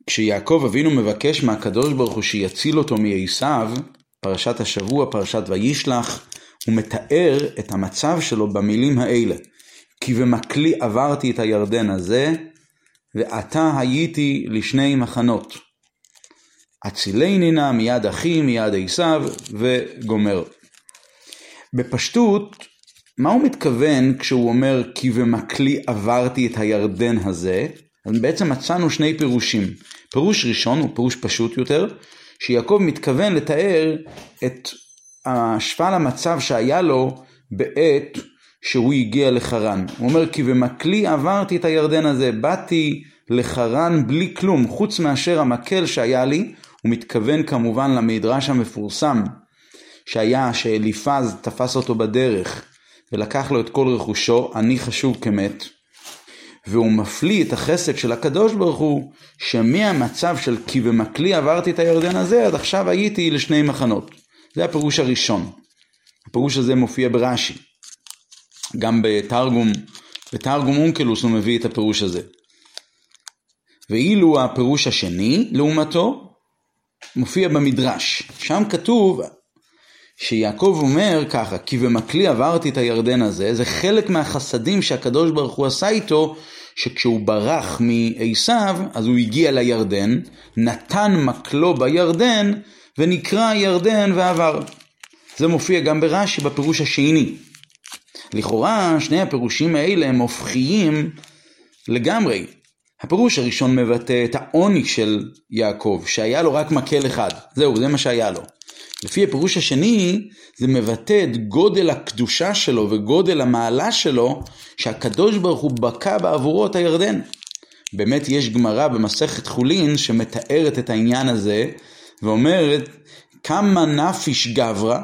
כשיעקב אבינו מבקש מהקדוש ברוך הוא שיציל אותו מעשיו, פרשת השבוע, פרשת וישלח, הוא מתאר את המצב שלו במילים האלה. כי במקלי עברתי את הירדן הזה, ועתה הייתי לשני מחנות. הצילני נא מיד אחי, מיד עשיו, וגומר. בפשטות, מה הוא מתכוון כשהוא אומר כי במקלי עברתי את הירדן הזה? אז בעצם מצאנו שני פירושים. פירוש ראשון הוא פירוש פשוט יותר, שיעקב מתכוון לתאר את השפל המצב שהיה לו בעת שהוא הגיע לחרן. הוא אומר כי במקלי עברתי את הירדן הזה, באתי לחרן בלי כלום, חוץ מאשר המקל שהיה לי. הוא מתכוון כמובן למדרש המפורסם שהיה שאליפז תפס אותו בדרך ולקח לו את כל רכושו, אני חשוב כמת. והוא מפליא את החסד של הקדוש ברוך הוא, שמהמצב של כי במקלי עברתי את הירדן הזה, עד עכשיו הייתי לשני מחנות. זה הפירוש הראשון. הפירוש הזה מופיע ברש"י. גם בתרגום אונקלוס הוא מביא את הפירוש הזה. ואילו הפירוש השני, לעומתו, מופיע במדרש. שם כתוב שיעקב אומר ככה, כי במקלי עברתי את הירדן הזה, זה חלק מהחסדים שהקדוש ברוך הוא עשה איתו, שכשהוא ברח מעשיו, אז הוא הגיע לירדן, נתן מקלו בירדן, ונקרא ירדן ועבר. זה מופיע גם ברש"י בפירוש השני. לכאורה, שני הפירושים האלה הם הופכיים לגמרי. הפירוש הראשון מבטא את העוני של יעקב, שהיה לו רק מקל אחד. זהו, זה מה שהיה לו. לפי הפירוש השני, זה מבטא את גודל הקדושה שלו וגודל המעלה שלו, שהקדוש ברוך הוא בקע בעבורו את הירדן. באמת יש גמרא במסכת חולין שמתארת את העניין הזה, ואומרת, כמה נפיש גברא,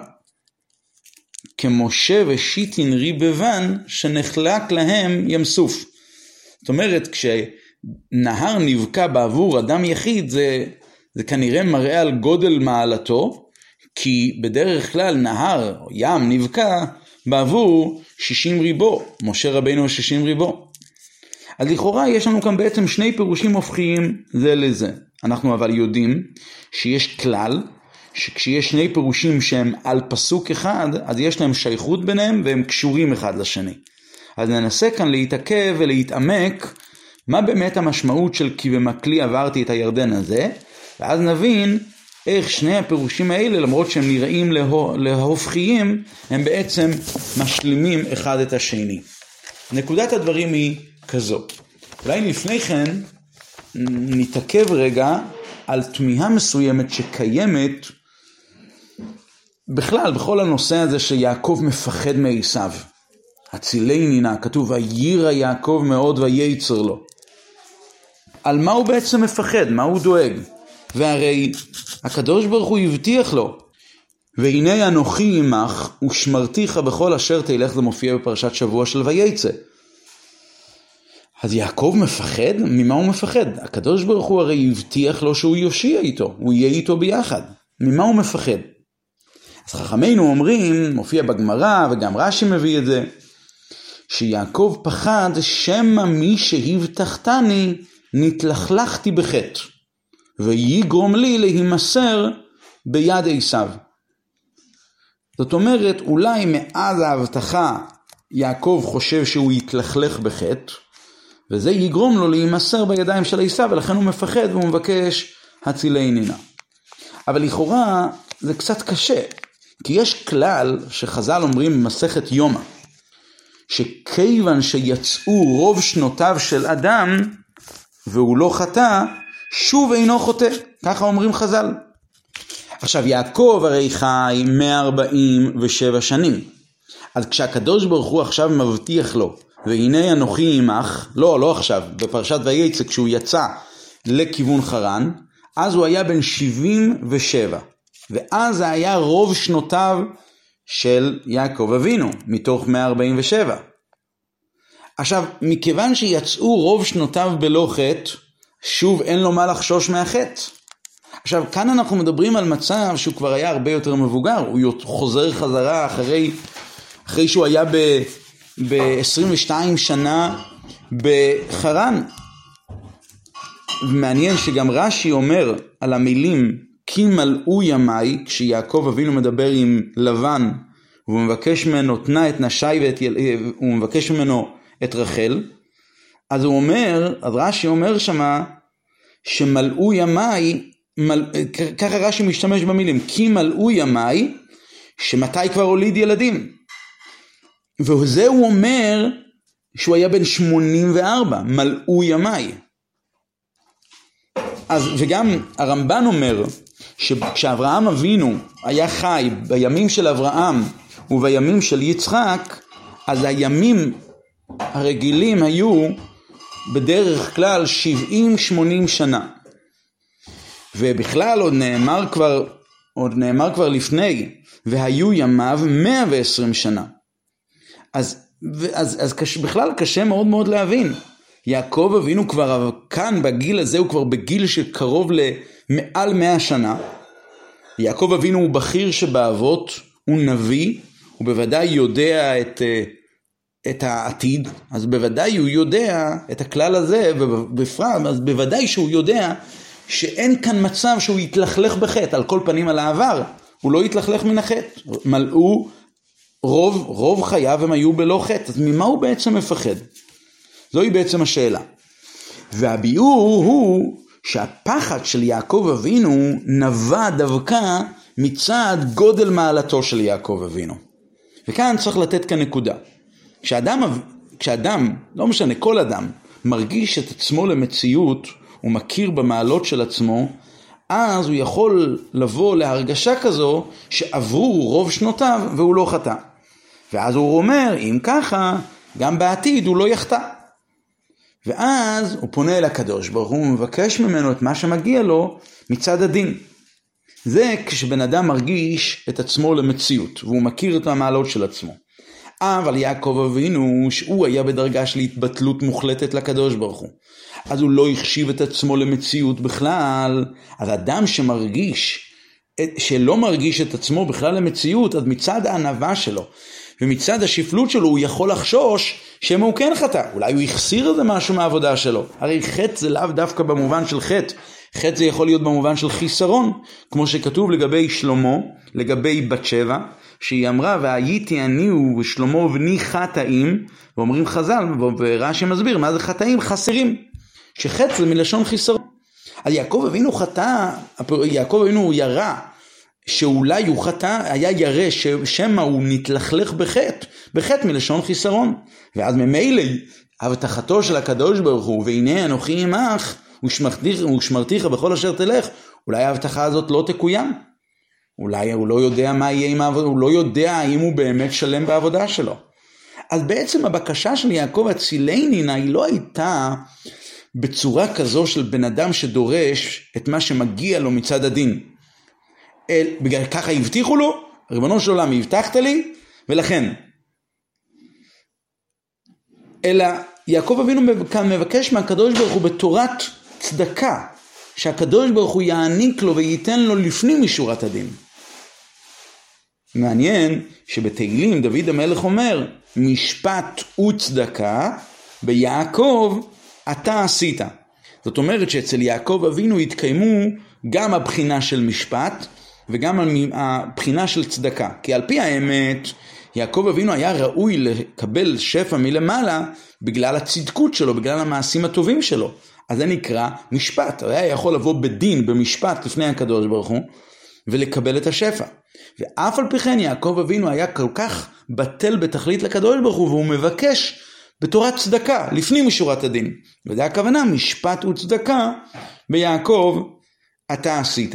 כמשה ושיטין ריבבן, שנחלק להם ים סוף. זאת אומרת, כשנהר נבקע בעבור אדם יחיד, זה כנראה מראה על גודל מעלתו, כי בדרך כלל נהר או ים נבקע בעבור 60 ריבו, משה רבינו 60 ריבו. אז לכאורה יש לנו כאן בעצם שני פירושים הופכיים זה לזה. אנחנו אבל יודעים שיש כלל, שכשיש שני פירושים שהם על פסוק אחד, אז יש להם שייכות ביניהם והם קשורים אחד לשני. אז ננסה כאן להתעכב ולהתעמק מה באמת המשמעות של כי במקלי עברתי את הירדן הזה, ואז נבין איך שני הפירושים האלה, למרות שהם נראים להופכיים, הם בעצם משלימים אחד את השני. נקודת הדברים היא כזו. אולי לפני כן נתעכב רגע על תמיהה מסוימת שקיימת בכלל, בכל הנושא הזה שיעקב מפחד מעשיו. הצילני נא, כתוב, וירא יעקב מאוד וייצר לו. על מה הוא בעצם מפחד? מה הוא דואג? והרי הקדוש ברוך הוא הבטיח לו, והנה אנוכי עמך ושמרתיך בכל אשר תלך, זה מופיע בפרשת שבוע של וייצא. אז יעקב מפחד? ממה הוא מפחד? הקדוש ברוך הוא הרי הבטיח לו שהוא יושיע איתו, הוא יהיה איתו ביחד. ממה הוא מפחד? אז חכמינו אומרים, מופיע בגמרא וגם רש"י מביא את זה, שיעקב פחד שמא מי שהבטחתני נתלכלכתי בחטא, ויגרום לי להימסר ביד עשיו. זאת אומרת, אולי מאז ההבטחה יעקב חושב שהוא יתלכלך בחטא, וזה יגרום לו להימסר בידיים של עשיו, ולכן הוא מפחד והוא מבקש הצילני נא. אבל לכאורה זה קצת קשה, כי יש כלל שחז"ל אומרים במסכת יומא, שכיוון שיצאו רוב שנותיו של אדם, והוא לא חטא, שוב אינו חוטא. ככה אומרים חז"ל. עכשיו, יעקב הרי חי 147 שנים. אז כשהקדוש ברוך הוא עכשיו מבטיח לו, והנה אנוכי עמך, לא עכשיו, בפרשת וייצא, כשהוא יצא לכיוון חרן, אז הוא היה בן 77. ואז זה היה רוב שנותיו של יעקב אבינו, מתוך 147. עכשיו, מכיוון שיצאו רוב שנותיו בלא חטא, שוב אין לו מה לחשוש מהחטא. עכשיו, כאן אנחנו מדברים על מצב שהוא כבר היה הרבה יותר מבוגר, הוא חוזר חזרה אחרי שהוא היה ב-22 שנה בחרן. ומעניין שגם רש"י אומר על המילים כי מלאו ימיי, כשיעקב אבינו מדבר עם לבן, והוא מבקש ממנו תנה את נשי והוא מבקש ממנו את רחל, אז הוא אומר, אז רש"י אומר שמה, שמלאו ימיי, ככה רש"י משתמש במילים, כי מלאו ימיי, שמתי כבר הוליד ילדים. וזה הוא אומר, שהוא היה בן 84, מלאו ימיי. אז וגם הרמב"ן אומר, שכשאברהם אבינו היה חי בימים של אברהם ובימים של יצחק, אז הימים הרגילים היו בדרך כלל 70-80 שנה. ובכלל עוד נאמר כבר לפני, והיו ימיו 120 שנה. אז בכלל קשה מאוד מאוד להבין. יעקב אבינו כבר כאן בגיל הזה, הוא כבר בגיל שקרוב למעל 100 שנה. יעקב אבינו הוא בכיר שבאבות, הוא נביא, הוא בוודאי יודע את העתיד, אז בוודאי הוא יודע את הכלל הזה, ובפרט, אז בוודאי שהוא יודע שאין כאן מצב שהוא יתלכלך בחטא, על כל פנים על העבר, הוא לא יתלכלך מן החטא, מלאו רוב חייו הם היו בלא חטא, אז ממה הוא בעצם מפחד? זוהי בעצם השאלה. והביאור הוא שהפחד של יעקב אבינו נבע דווקא מצד גודל מעלתו של יעקב אבינו. וכאן צריך לתת כאן נקודה. כשאדם, לא משנה, כל אדם, מרגיש את עצמו למציאות, הוא מכיר במעלות של עצמו, אז הוא יכול לבוא להרגשה כזו שעברו רוב שנותיו והוא לא חטא. ואז הוא אומר, אם ככה, גם בעתיד הוא לא יחטא. ואז הוא פונה אל הקדוש ברוך הוא, מבקש ממנו את מה שמגיע לו מצד הדין. זה כשבן אדם מרגיש את עצמו למציאות, והוא מכיר את המעלות של עצמו. אבל יעקב אבינו, שהוא היה בדרגה של התבטלות מוחלטת לקדוש ברוך הוא. אז הוא לא החשיב את עצמו למציאות בכלל. אז אדם שלא מרגיש את עצמו בכלל למציאות, אז מצד הענווה שלו, ומצד השפלות שלו, הוא יכול לחשוש שמה הוא כן חטא. אולי הוא יחסיר איזה משהו מהעבודה שלו. הרי חטא זה לאו דווקא במובן של חטא. חטא זה יכול להיות במובן של חיסרון. כמו שכתוב לגבי שלמה, לגבי בת שבע, שהיא אמרה, והייתי אני ושלמה בני חטאים, ואומרים חז"ל, ורש"י מסביר, מה זה חטאים? חסרים. שחטא זה מלשון חיסרון. אז יעקב אבינו חטא, יעקב אבינו ירא, שאולי הוא חטא, היה ירא ששמה הוא נתלכלך בחטא מלשון חיסרון. ואז ממילא הבטחתו של הקדוש ברוך הוא, והנה אנוכי עמך ושמרתיך בכל אשר תלך, אולי ההבטחה הזאת לא תקוים. אולי הוא לא יודע מה יהיה עם העבודה, הוא לא יודע האם הוא באמת שלם בעבודה שלו. אז בעצם הבקשה של יעקב הצילני היא לא הייתה בצורה כזו של בן אדם שדורש את מה שמגיע לו מצד הדין. בגלל ככה הבטיחו לו, ריבונו של עולם הבטחת לי, ולכן. אלא יעקב אבינו כאן מבקש מהקדוש ברוך הוא בתורת צדקה, שהקדוש ברוך הוא יעניק לו וייתן לו לפנים משורת הדין. מעניין שבתהילים דוד המלך אומר, משפט וצדקה ביעקב אתה עשית. זאת אומרת שאצל יעקב אבינו התקיימו גם הבחינה של משפט וגם הבחינה של צדקה. כי על פי האמת יעקב אבינו היה ראוי לקבל שפע מלמעלה בגלל הצדקות שלו, בגלל המעשים הטובים שלו. אז זה נקרא משפט. הוא היה יכול לבוא בדין, במשפט לפני הקדוש ברוך הוא ולקבל את השפע. ואף על פי כן יעקב אבינו היה כל כך בטל בתכלית לקדוש ברוך הוא, והוא מבקש בתורת צדקה, לפנים משורת הדין. וזה הכוונה, משפט וצדקה ביעקב אתה עשית.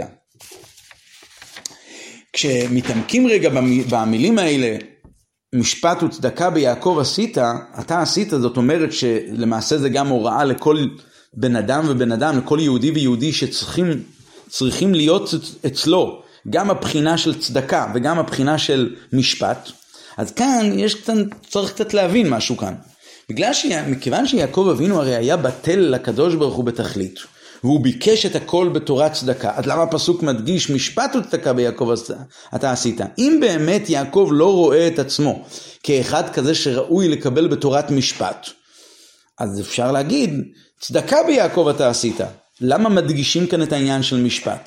כשמתעמקים רגע במילים האלה, משפט וצדקה ביעקב עשית, אתה עשית, זאת אומרת שלמעשה זה גם הוראה לכל בן אדם ובן אדם, לכל יהודי ויהודי שצריכים להיות אצלו, גם הבחינה של צדקה וגם הבחינה של משפט. אז כאן צריך קצת להבין משהו כאן. מכיוון שיעקב אבינו הרי היה בטל לקדוש ברוך הוא בתכלית, והוא ביקש את הכל בתורת צדקה, אז למה הפסוק מדגיש משפט וצדקה ביעקב אתה עשית? אם באמת יעקב לא רואה את עצמו כאחד כזה שראוי לקבל בתורת משפט, אז אפשר להגיד צדקה ביעקב אתה עשית. למה מדגישים כאן את העניין של משפט?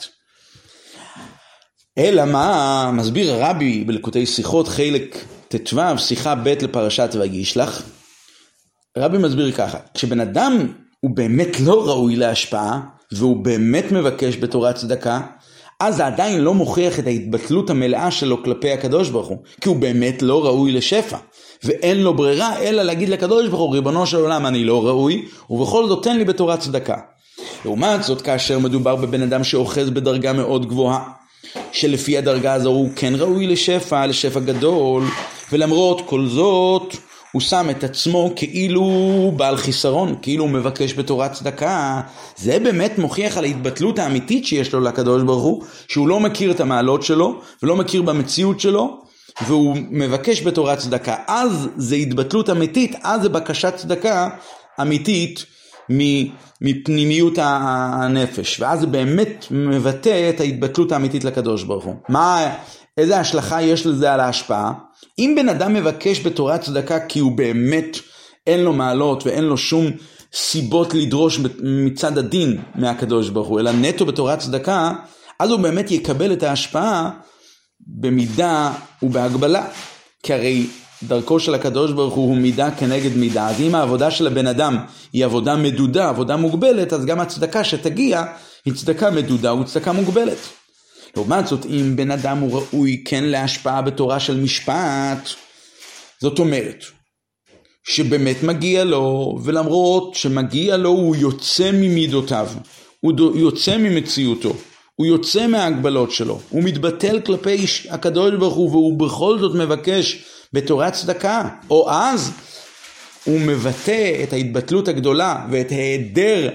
אלא מה מסביר הרבי בליקוטי שיחות חלק ט"ו שיחה ב' לפרשת וישלח. הרבי מסביר ככה, כשבן אדם הוא באמת לא ראוי להשפעה והוא באמת מבקש בתורת צדקה, אז זה עדיין לא מוכיח את ההתבטלות המלאה שלו כלפי הקדוש ברוך הוא, כי הוא באמת לא ראוי לשפע, ואין לו ברירה אלא להגיד לקדוש ברוך הוא, ריבונו של עולם אני לא ראוי, ובכל זאת תן לי בתורת צדקה. לעומת זאת, כאשר מדובר בבן אדם שאוחז בדרגה מאוד גבוהה, שלפי הדרגה הזו הוא כן ראוי לשפע גדול, ולמרות כל זאת הוא שם את עצמו כאילו בעל חיסרון, כאילו הוא מבקש בתורת צדקה. זה באמת מוכיח על ההתבטלות האמיתית שיש לו לקדוש ברוך הוא, שהוא לא מכיר את המעלות שלו ולא מכיר במציאות שלו, והוא מבקש בתורת צדקה. אז זה התבטלות אמיתית, אז זה בקשת צדקה אמיתית מפנימיות הנפש, ואז זה באמת מבטא את ההתבטלות האמיתית לקדוש ברוך הוא. איזה השלכה יש לזה על ההשפעה? אם בן אדם מבקש בתורת צדקה כי הוא באמת אין לו מעלות ואין לו שום סיבות לדרוש מצד הדין מהקדוש ברוך הוא, אלא נטו בתורת צדקה, אז הוא באמת יקבל את ההשפעה במידה ובהגבלה, כי הרי דרכו של הקדוש ברוך הוא מידה כנגד מידה. אז אם העבודה של הבן אדם היא עבודה מדודה, עבודה מוגבלת, אז גם הצדקה שתגיע היא צדקה מדודה וצדקה מוגבלת. לעומת זאת, אם בן אדם הוא ראוי כן להשפעה בתורה של משפט, זאת אומרת שבאמת מגיע לו, ולמרות שמגיע לו הוא יוצא ממידותיו, הוא יוצא ממציאותו, הוא יוצא מההגבלות שלו, הוא מתבטל כלפי הקדוש ברוך הוא, והוא בכל זאת מבקש בתורת צדקה, או אז הוא מבטא את ההתבטלות הגדולה ואת היעדר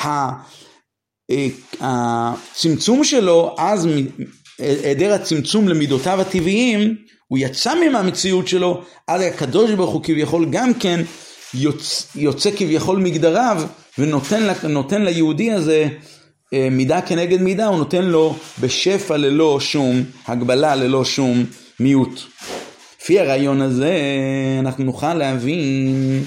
הצמצום שלו, אז היעדר הצמצום למידותיו הטבעיים, הוא יצא מהמציאות שלו, אז הקדוש ברוך הוא כביכול גם כן יוצא כביכול מגדריו, ונותן ליהודי הזה מידה כנגד מידה, הוא נותן לו בשפע ללא שום הגבלה, ללא שום מיעוט. לפי הרעיון הזה אנחנו נוכל להבין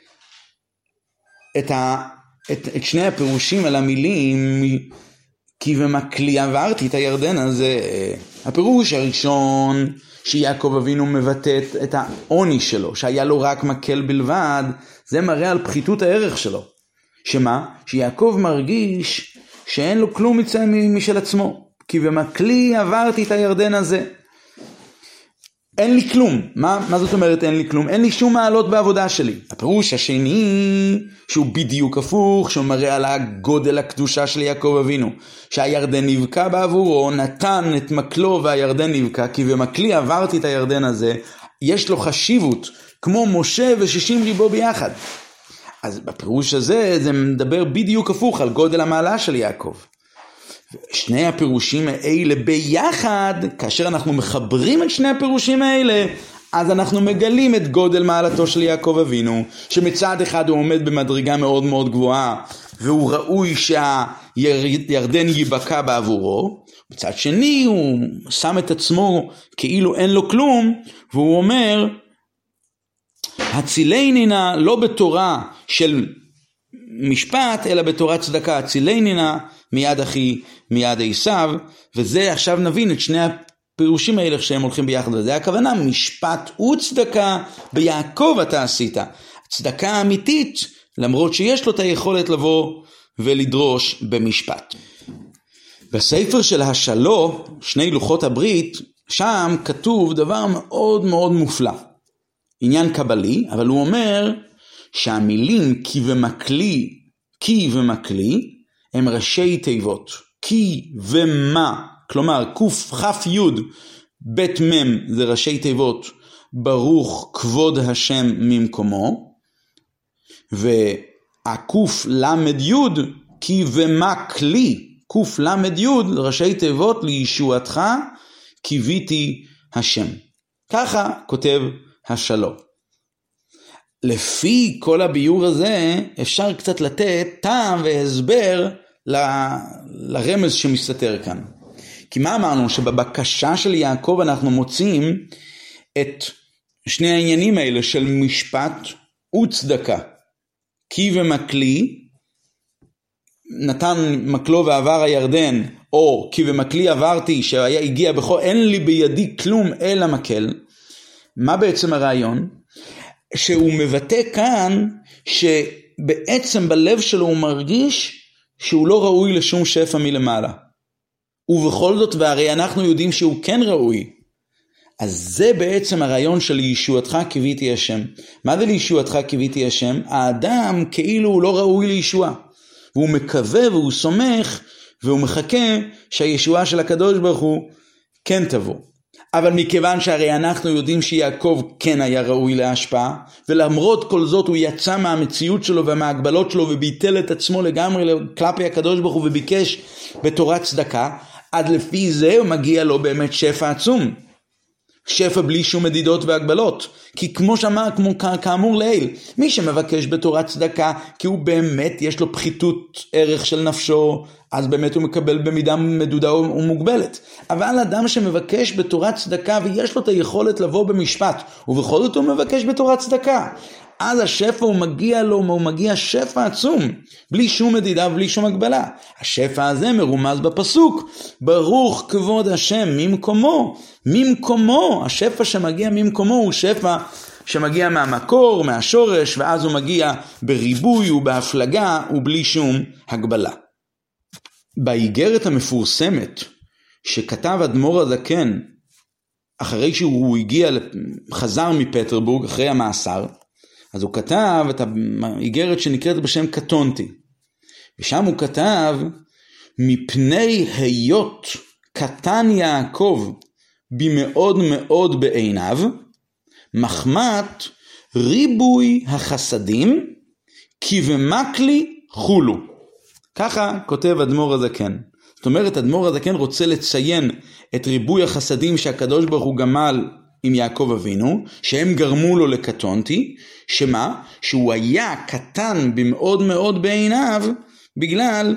את שני הפירושים על המילים כי ומקלי עברתי את הירדן הזה. הפירוש הראשון שיעקב אבינו מבטא את העוני שלו, שהיה לו רק מקל בלבד, זה מראה על פחיתות הערך שלו. שמה? שיעקב מרגיש שאין לו כלום משל עצמו. כי ומקלי עברתי את הירדן הזה. אין לי כלום. מה זאת אומרת אין לי כלום? אין לי שום מעלות בעבודה שלי. הפירוש השני, שהוא בדיוק הפוך, שהוא מראה על הגודל הקדושה של יעקב אבינו, שהירדן נבקע בעבורו, נתן את מקלו והירדן נבקע, כי במקלי עברתי את הירדן הזה, יש לו חשיבות, כמו משה ו60 ריבו ביחד. אז בפירוש הזה, זה מדבר בדיוק הפוך על גודל המעלה של יעקב. שני הפירושים האלה ביחד, כאשר אנחנו מחברים את שני הפירושים האלה, אז אנחנו מגלים את גודל מעלתו של יעקב אבינו, שמצד אחד הוא עומד במדרגה מאוד מאוד גבוהה, והוא ראוי שהירדן ייבקע בעבורו, מצד שני הוא שם את עצמו כאילו אין לו כלום, והוא אומר, הצילני נא לא בתורה של משפט, אלא בתורת צדקה, הצילני נא מיד אחי, מיד עשיו, וזה עכשיו נבין את שני הפירושים האלה שהם הולכים ביחד, וזה הכוונה, משפט וצדקה ביעקב אתה עשית, צדקה אמיתית, למרות שיש לו את היכולת לבוא ולדרוש במשפט. בספר של השלו, שני לוחות הברית, שם כתוב דבר מאוד מאוד מופלא, עניין קבלי, אבל הוא אומר שהמילים כי ומקלי, הם ראשי תיבות, כי ומה, כלומר קוף חף יוד בית מם זה ראשי תיבות, ברוך כבוד השם ממקומו, והקוף למד יוד, כי ומה כלי, קוף למד יוד, ראשי תיבות לישועתך, קיוויתי השם. ככה כותב השלום. לפי כל הביור הזה אפשר קצת לתת טעם והסבר לרמז שמסתתר כאן. כי מה אמרנו? שבבקשה של יעקב אנחנו מוצאים את שני העניינים האלה של משפט וצדקה. כי ומקלי נתן מקלו ועבר הירדן, או כי במקלי עברתי שהגיע בכל, אין לי בידי כלום אלא מקל. מה בעצם הרעיון? שהוא מבטא כאן שבעצם בלב שלו הוא מרגיש שהוא לא ראוי לשום שפע מלמעלה. ובכל זאת, והרי אנחנו יודעים שהוא כן ראוי. אז זה בעצם הרעיון של לישועתך קיוויתי השם. מה זה לישועתך קיוויתי השם? האדם כאילו הוא לא ראוי לישועה. והוא מקווה והוא סומך והוא מחכה שהישועה של הקדוש ברוך הוא כן תבוא. אבל מכיוון שהרי אנחנו יודעים שיעקב כן היה ראוי להשפעה, ולמרות כל זאת הוא יצא מהמציאות שלו ומההגבלות שלו וביטל את עצמו לגמרי כלפי הקדוש ברוך הוא וביקש בתורת צדקה, עד לפי זה הוא מגיע לו באמת שפע עצום. שפע בלי שום מדידות והגבלות. כי כמו שאמר, כאמור לעיל, מי שמבקש בתורת צדקה, כי הוא באמת יש לו פחיתות ערך של נפשו, אז באמת הוא מקבל במידה מדודה ומוגבלת. אבל אדם שמבקש בתורת צדקה, ויש לו את היכולת לבוא במשפט, ובכל זאת הוא מבקש בתורת צדקה, אז השפע הוא מגיע לו, הוא מגיע שפע עצום, בלי שום מדידה ובלי שום הגבלה. השפע הזה מרומז בפסוק, ברוך כבוד השם ממקומו, השפע שמגיע ממקומו הוא שפע שמגיע מהמקור, מהשורש, ואז הוא מגיע בריבוי ובהפלגה ובלי שום הגבלה. באיגרת המפורסמת שכתב אדמו"ר הזקן, אחרי שהוא חזר מפטרבורג, אחרי המאסר, אז הוא כתב את האיגרת שנקראת בשם קטונתי. ושם הוא כתב, מפני היות קטן יעקב במאוד מאוד בעיניו, מחמת ריבוי החסדים, כי במקלי חולו. ככה כותב אדמו"ר הזקן. זאת אומרת, אדמו"ר הזקן רוצה לציין את ריבוי החסדים שהקדוש ברוך הוא גמל עם יעקב אבינו, שהם גרמו לו לקטונתי, שמה? שהוא היה קטן במאוד מאוד בעיניו, בגלל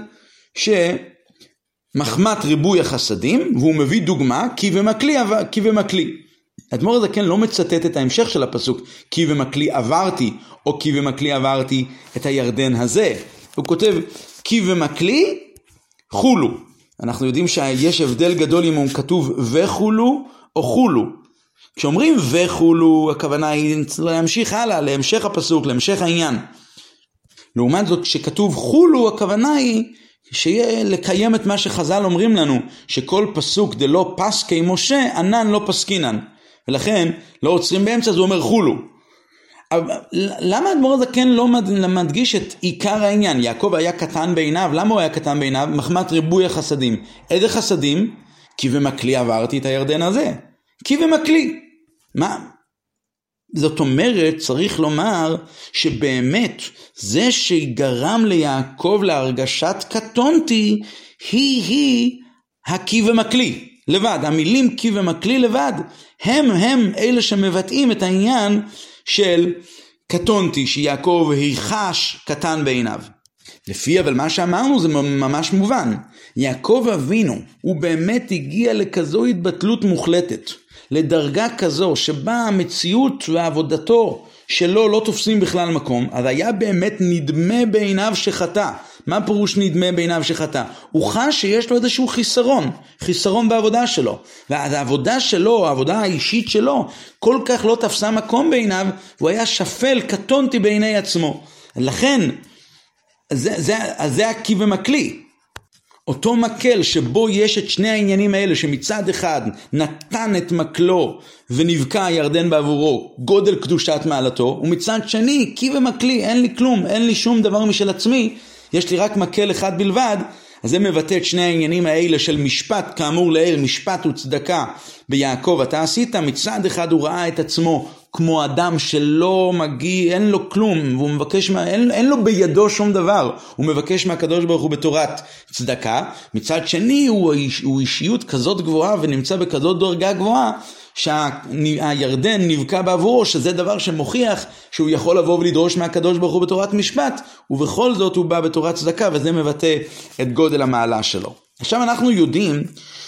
שמחמת ריבוי החסדים, והוא מביא דוגמה, כי במקלי. אדמו"ר הזקן לא מצטט את ההמשך של הפסוק, כי במקלי עברתי, או כי במקלי עברתי את הירדן הזה. הוא כותב, כי במקלי חולו. אנחנו יודעים שיש הבדל גדול אם הוא כתוב וחולו או חולו. כשאומרים וחולו, הכוונה היא להמשיך הלאה, להמשך הפסוק, להמשך העניין. לעומת זאת, כשכתוב חולו, הכוונה היא שיהיה לקיים את מה שחז"ל אומרים לנו, שכל פסוק דלא פסקי משה, ענן לא פסקינן. ולכן לא עוצרים באמצע, אז הוא אומר חולו. למה אדמו"ר הזקן לא מדגיש את עיקר העניין? יעקב היה קטן בעיניו. למה הוא היה קטן בעיניו? מחמת ריבוי החסדים. איזה חסדים? כי במקלי עברתי את הירדן הזה. כי במקלי. מה? זאת אומרת, צריך לומר שבאמת זה שגרם ליעקב להרגשת קטונתי, היא הכי ומקלי. לבד, המילים כי ומקלי לבד, הם אלה שמבטאים את העניין של קטונתי, שיעקב היחש קטן בעיניו. לפי אבל מה שאמרנו זה ממש מובן. יעקב אבינו הוא באמת הגיע לכזו התבטלות מוחלטת, לדרגה כזו שבה המציאות ועבודתו שלו לא תופסים בכלל מקום, אז היה באמת נדמה בעיניו שחטא. מה פירוש נדמה בעיניו שחטא? הוא חש שיש לו איזשהו חיסרון בעבודה שלו. ואז העבודה שלו, העבודה האישית שלו, כל כך לא תפסה מקום בעיניו, והוא היה שפל, קטונתי בעיני עצמו. לכן, זה הכי ומקלי. אותו מקל שבו יש את שני העניינים האלה, שמצד אחד נתן את מקלו ונבקע הירדן בעבורו, גודל קדושת מעלתו, ומצד שני, כי ומקלי, אין לי כלום, אין לי שום דבר משל עצמי, יש לי רק מקל אחד בלבד. אז זה מבטא את שני העניינים האלה של משפט, כאמור לעיל, משפט וצדקה ביעקב אתה עשית. מצד אחד הוא ראה את עצמו כמו אדם שלא מגיע, אין לו כלום, והוא מבקש אין לו בידו שום דבר, הוא מבקש מהקדוש ברוך הוא בתורת צדקה. מצד שני הוא אישיות כזאת גבוהה ונמצא בכזאת דרגה גבוהה, שהירדן נבקע בעבורו, שזה דבר שמוכיח שהוא יכול לבוא ולדרוש מהקדוש ברוך הוא בתורת משפט, ובכל זאת הוא בא בתורת צדקה, וזה מבטא את גודל המעלה שלו. עכשיו אנחנו יודעים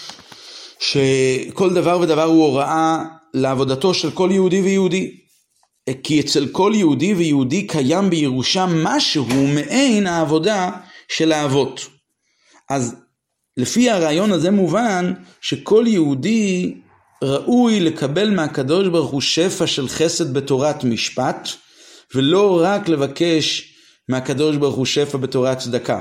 שכל דבר ודבר הוא הוראה לעבודתו של כל יהודי ויהודי, כי אצל כל יהודי ויהודי קיים בירושה משהו מעין העבודה של האבות. אז לפי הרעיון הזה מובן שכל יהודי ראוי לקבל מהקדוש ברוך הוא שפע של חסד בתורת משפט, ולא רק לבקש מהקדוש ברוך הוא שפע בתורת צדקה.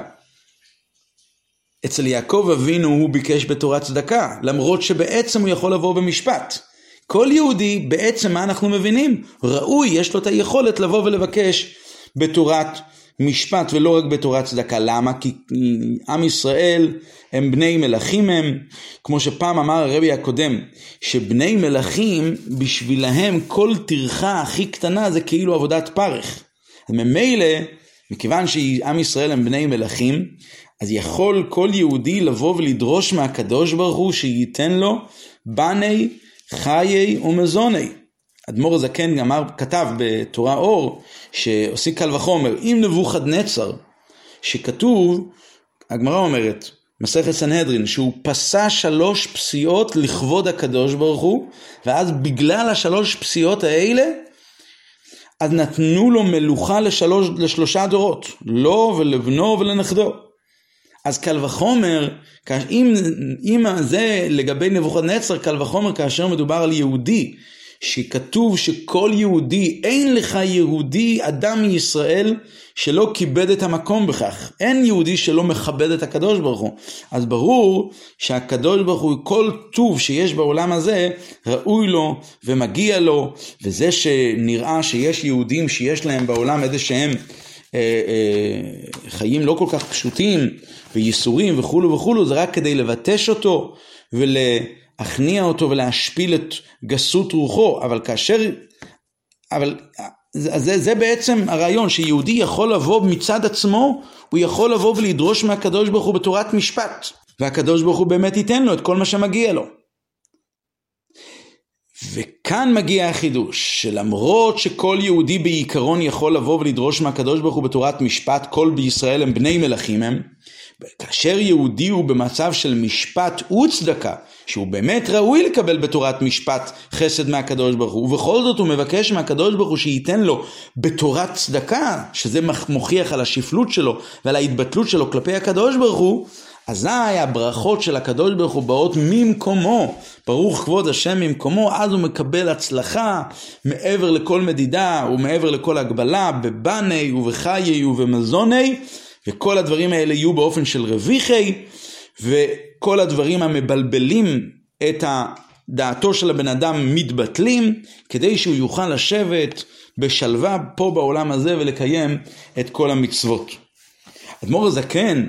אצל יעקב אבינו הוא ביקש בתורת צדקה, למרות שבעצם הוא יכול לבוא במשפט. כל יהודי בעצם מה אנחנו מבינים? ראוי, יש לו את היכולת לבוא ולבקש בתורת משפט ולא רק בתורת צדקה. למה? כי עם ישראל הם בני מלכים הם, כמו שפעם אמר הרבי הקודם, שבני מלכים בשבילהם כל טרחה הכי קטנה זה כאילו עבודת פרך. אז ממילא, מכיוון שעם ישראל הם בני מלכים, אז יכול כל יהודי לבוא ולדרוש מהקדוש ברוך הוא שייתן לו בני חיי ומזוני. אדמו"ר הזקן כתב בתורה אור שעושים קל וחומר עם נבוכדנצר, שכתוב, הגמרא אומרת מסכת סנהדרין, שהוא פסע 3 פסיעות לכבוד הקדוש ברוך הוא, ואז בגלל 3 פסיעות האלה אז נתנו לו מלוכה ל3 דורות, לו ולבנו ולנכדו. אז קל וחומר, אם זה לגבי נבוכדנצר, קל וחומר כאשר מדובר על יהודי, שכתוב שכל יהודי, אין לך יהודי אדם מישראל שלא כיבד את המקום בכך. אין יהודי שלא מכבד את הקדוש ברוך הוא. אז ברור שהקדוש ברוך הוא, כל טוב שיש בעולם הזה, ראוי לו ומגיע לו, וזה שנראה שיש יהודים שיש להם בעולם איזה שהם חיים לא כל כך פשוטים וייסורים וכולו וכולו, זה רק כדי לבטש אותו ולהכניע אותו ולהשפיל את גסות רוחו. אבל זה בעצם הרעיון, שיהודי יכול לבוא מצד עצמו, הוא יכול לבוא ולדרוש מהקדוש ברוך הוא בתורת משפט, והקדוש ברוך הוא באמת ייתן לו את כל מה שמגיע לו. וכאן מגיע החידוש, שלמרות שכל יהודי בעיקרון יכול לבוא ולדרוש מהקדוש ברוך הוא בתורת משפט, כל בישראל הם בני מלכים הם, כאשר יהודי הוא במצב של משפט וצדקה, שהוא באמת ראוי לקבל בתורת משפט חסד מהקדוש ברוך הוא, ובכל זאת הוא מבקש מהקדוש ברוך הוא שייתן לו בתורת צדקה, שזה מוכיח על השפלות שלו ועל ההתבטלות שלו כלפי הקדוש ברוך הוא, אזי הברכות של הקדוש ברוך הוא באות ממקומו, ברוך כבוד השם ממקומו, אז הוא מקבל הצלחה מעבר לכל מדידה ומעבר לכל הגבלה, בבני ובחיי ובמזוני, וכל הדברים האלה יהיו באופן של רוויחי, וכל הדברים המבלבלים את דעתו של הבן אדם מתבטלים, כדי שהוא יוכל לשבת בשלווה פה בעולם הזה ולקיים את כל המצוות. אדמו"ר הזקן,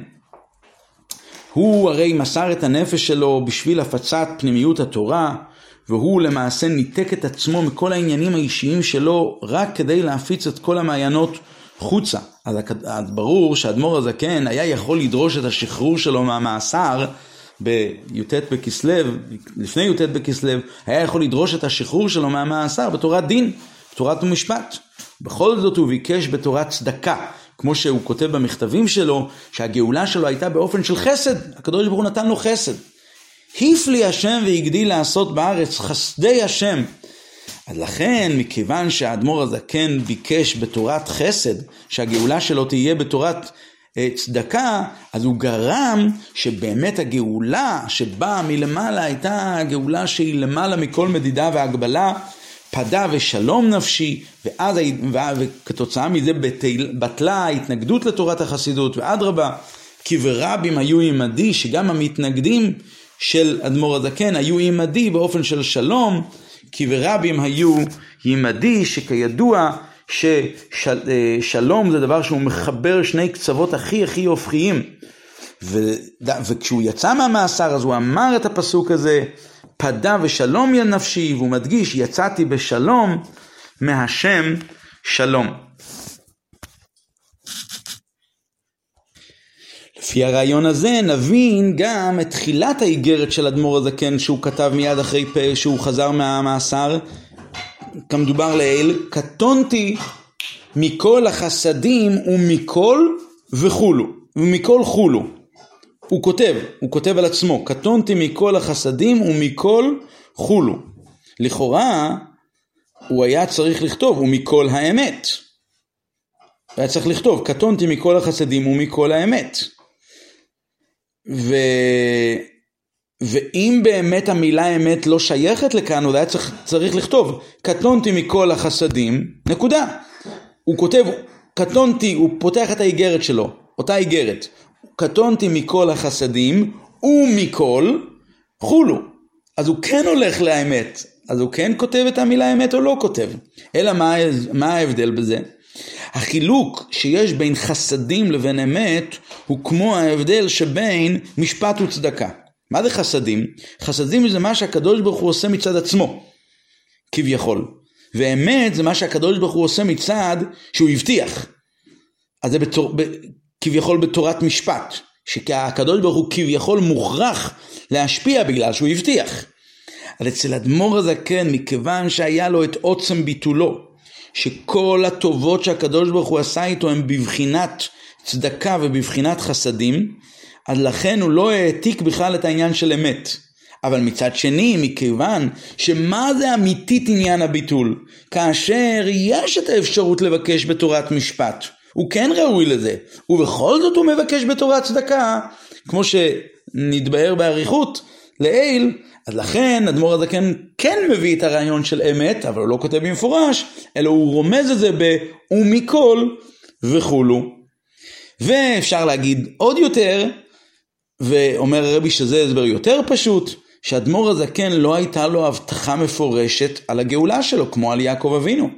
הוא הרי מסר את הנפש שלו בשביל הפצת פנימיות התורה, והוא למעשה ניתק את עצמו מכל העניינים האישיים שלו, רק כדי להפיץ את כל המעיינות חוצה. אז ברור שהאדמו"ר הזקן היה יכול לדרוש את השחרור שלו מהמאסר בי"ט בכסלו, לפני י"ט בכסלו, היה יכול לדרוש את השחרור שלו מהמאסר בתורת דין, בתורת המשפט. בכל זאת הוא ביקש בתורת צדקה, כמו שהוא כותב במכתבים שלו, שהגאולה שלו הייתה באופן של חסד, הקדוש ברוך הוא נתן לו חסד. הפליא השם והגדיל לעשות בארץ חסדי השם. אז לכן, מכיוון שהאדמו"ר הזקן ביקש בתורת חסד, שהגאולה שלו תהיה בתורת צדקה, אז הוא גרם שבאמת הגאולה שבאה מלמעלה הייתה גאולה שהיא למעלה מכל מדידה והגבלה, פדה ושלום נפשי, וכתוצאה מזה בטלה ההתנגדות לתורת החסידות, ואדרבה, כי ורבים היו עמדי, שגם המתנגדים של אדמו"ר הזקן היו עמדי באופן של שלום, כי ורבים היו עמדי, שכידוע ששלום זה דבר שהוא מחבר שני קצוות הכי הופכיים, וכשהוא יצא מהמאסר אז הוא אמר את הפסוק הזה, פדה ושלום נפשי, והוא מדגיש, יצאתי בשלום מהשם שלום. לפי הרעיון הזה נבין גם את תחילת האיגרת של אדמו"ר הזקן שהוא כתב מיד אחרי שהוא חזר מהמאסר, כמדובר לעיל, קטונתי מכל החסדים ומכל וחולו, ומכל חולו. הוא כותב על עצמו, קטונתי מכל החסדים ומכל חולו. לכאורה הוא היה צריך לכתוב ומכל האמת. היה צריך לכתוב, קטונתי מכל החסדים ומכל האמת. ואם באמת המילה אמת לא שייכת לכאן, הוא היה צריך לכתוב, קטונתי מכל החסדים, נקודה. הוא כותב, קטונתי, הוא פותח את האיגרת שלו, אותה איגרת, קטונתי מכל החסדים ומכל חולו. אז הוא כן הולך לאמת, אז הוא כן כותב את המילה אמת או לא כותב. אלא מה ההבדל בזה? החילוק שיש בין חסדים לבין אמת הוא כמו ההבדל שבין משפט וצדקה. מה זה חסדים? חסדים זה מה שהקדוש ברוך הוא עושה מצד עצמו, כביכול. ואמת זה מה שהקדוש ברוך הוא עושה מצד שהוא הבטיח. אז זה כביכול בתורת משפט, שהקדוש ברוך הוא כביכול מוכרח להשפיע בגלל שהוא הבטיח. אבל אצל אדמו"ר הזקן, מכיוון שהיה לו את עוצם ביטולו, שכל הטובות שהקדוש ברוך הוא עשה איתו הם בבחינת צדקה ובבחינת חסדים, אז לכן הוא לא העתיק בכלל את העניין של אמת. אבל מצד שני, מכיוון שמה זה אמיתית עניין הביטול? כאשר יש את האפשרות לבקש בתורת משפט, הוא כן ראוי לזה, ובכל זאת הוא מבקש בתורת צדקה, כמו שנתבהר בעריכות לעיל. אז לכן אדמו"ר הזקן כן מביא את הרעיון של אמת, אבל הוא לא כותב במפורש, אלא הוא רומז את זה ומכל וכולו. ואפשר להגיד עוד יותר, ואומר הרבי שזה הסבר יותר פשוט, שאדמו"ר הזקן לא הייתה לו הבטחה מפורשת על הגאולה שלו, כמו על יעקב אבינו.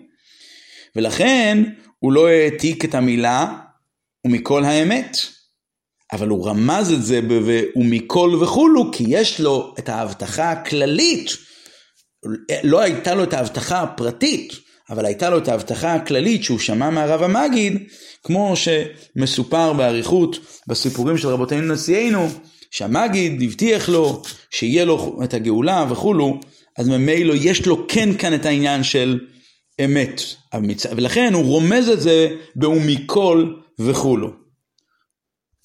ולכן הוא לא העתיק את המילה ומכל האמת. אבל הוא רמז את זה ומכל וכולו, כי יש לו את ההבטחה הכללית. לא הייתה לו את ההבטחה הפרטית, אבל הייתה לו את ההבטחה הכללית שהוא שמע מהרב המגיד, כמו שמסופר בעריכות בסיפורים של רבותינו נשיאנו, שהמגיד הבטיח לו שיהיה לו את הגאולה וכולו, אז ממילא יש לו כן כאן את העניין של אמת. ולכן הוא רומז את זה ומכל וכולו.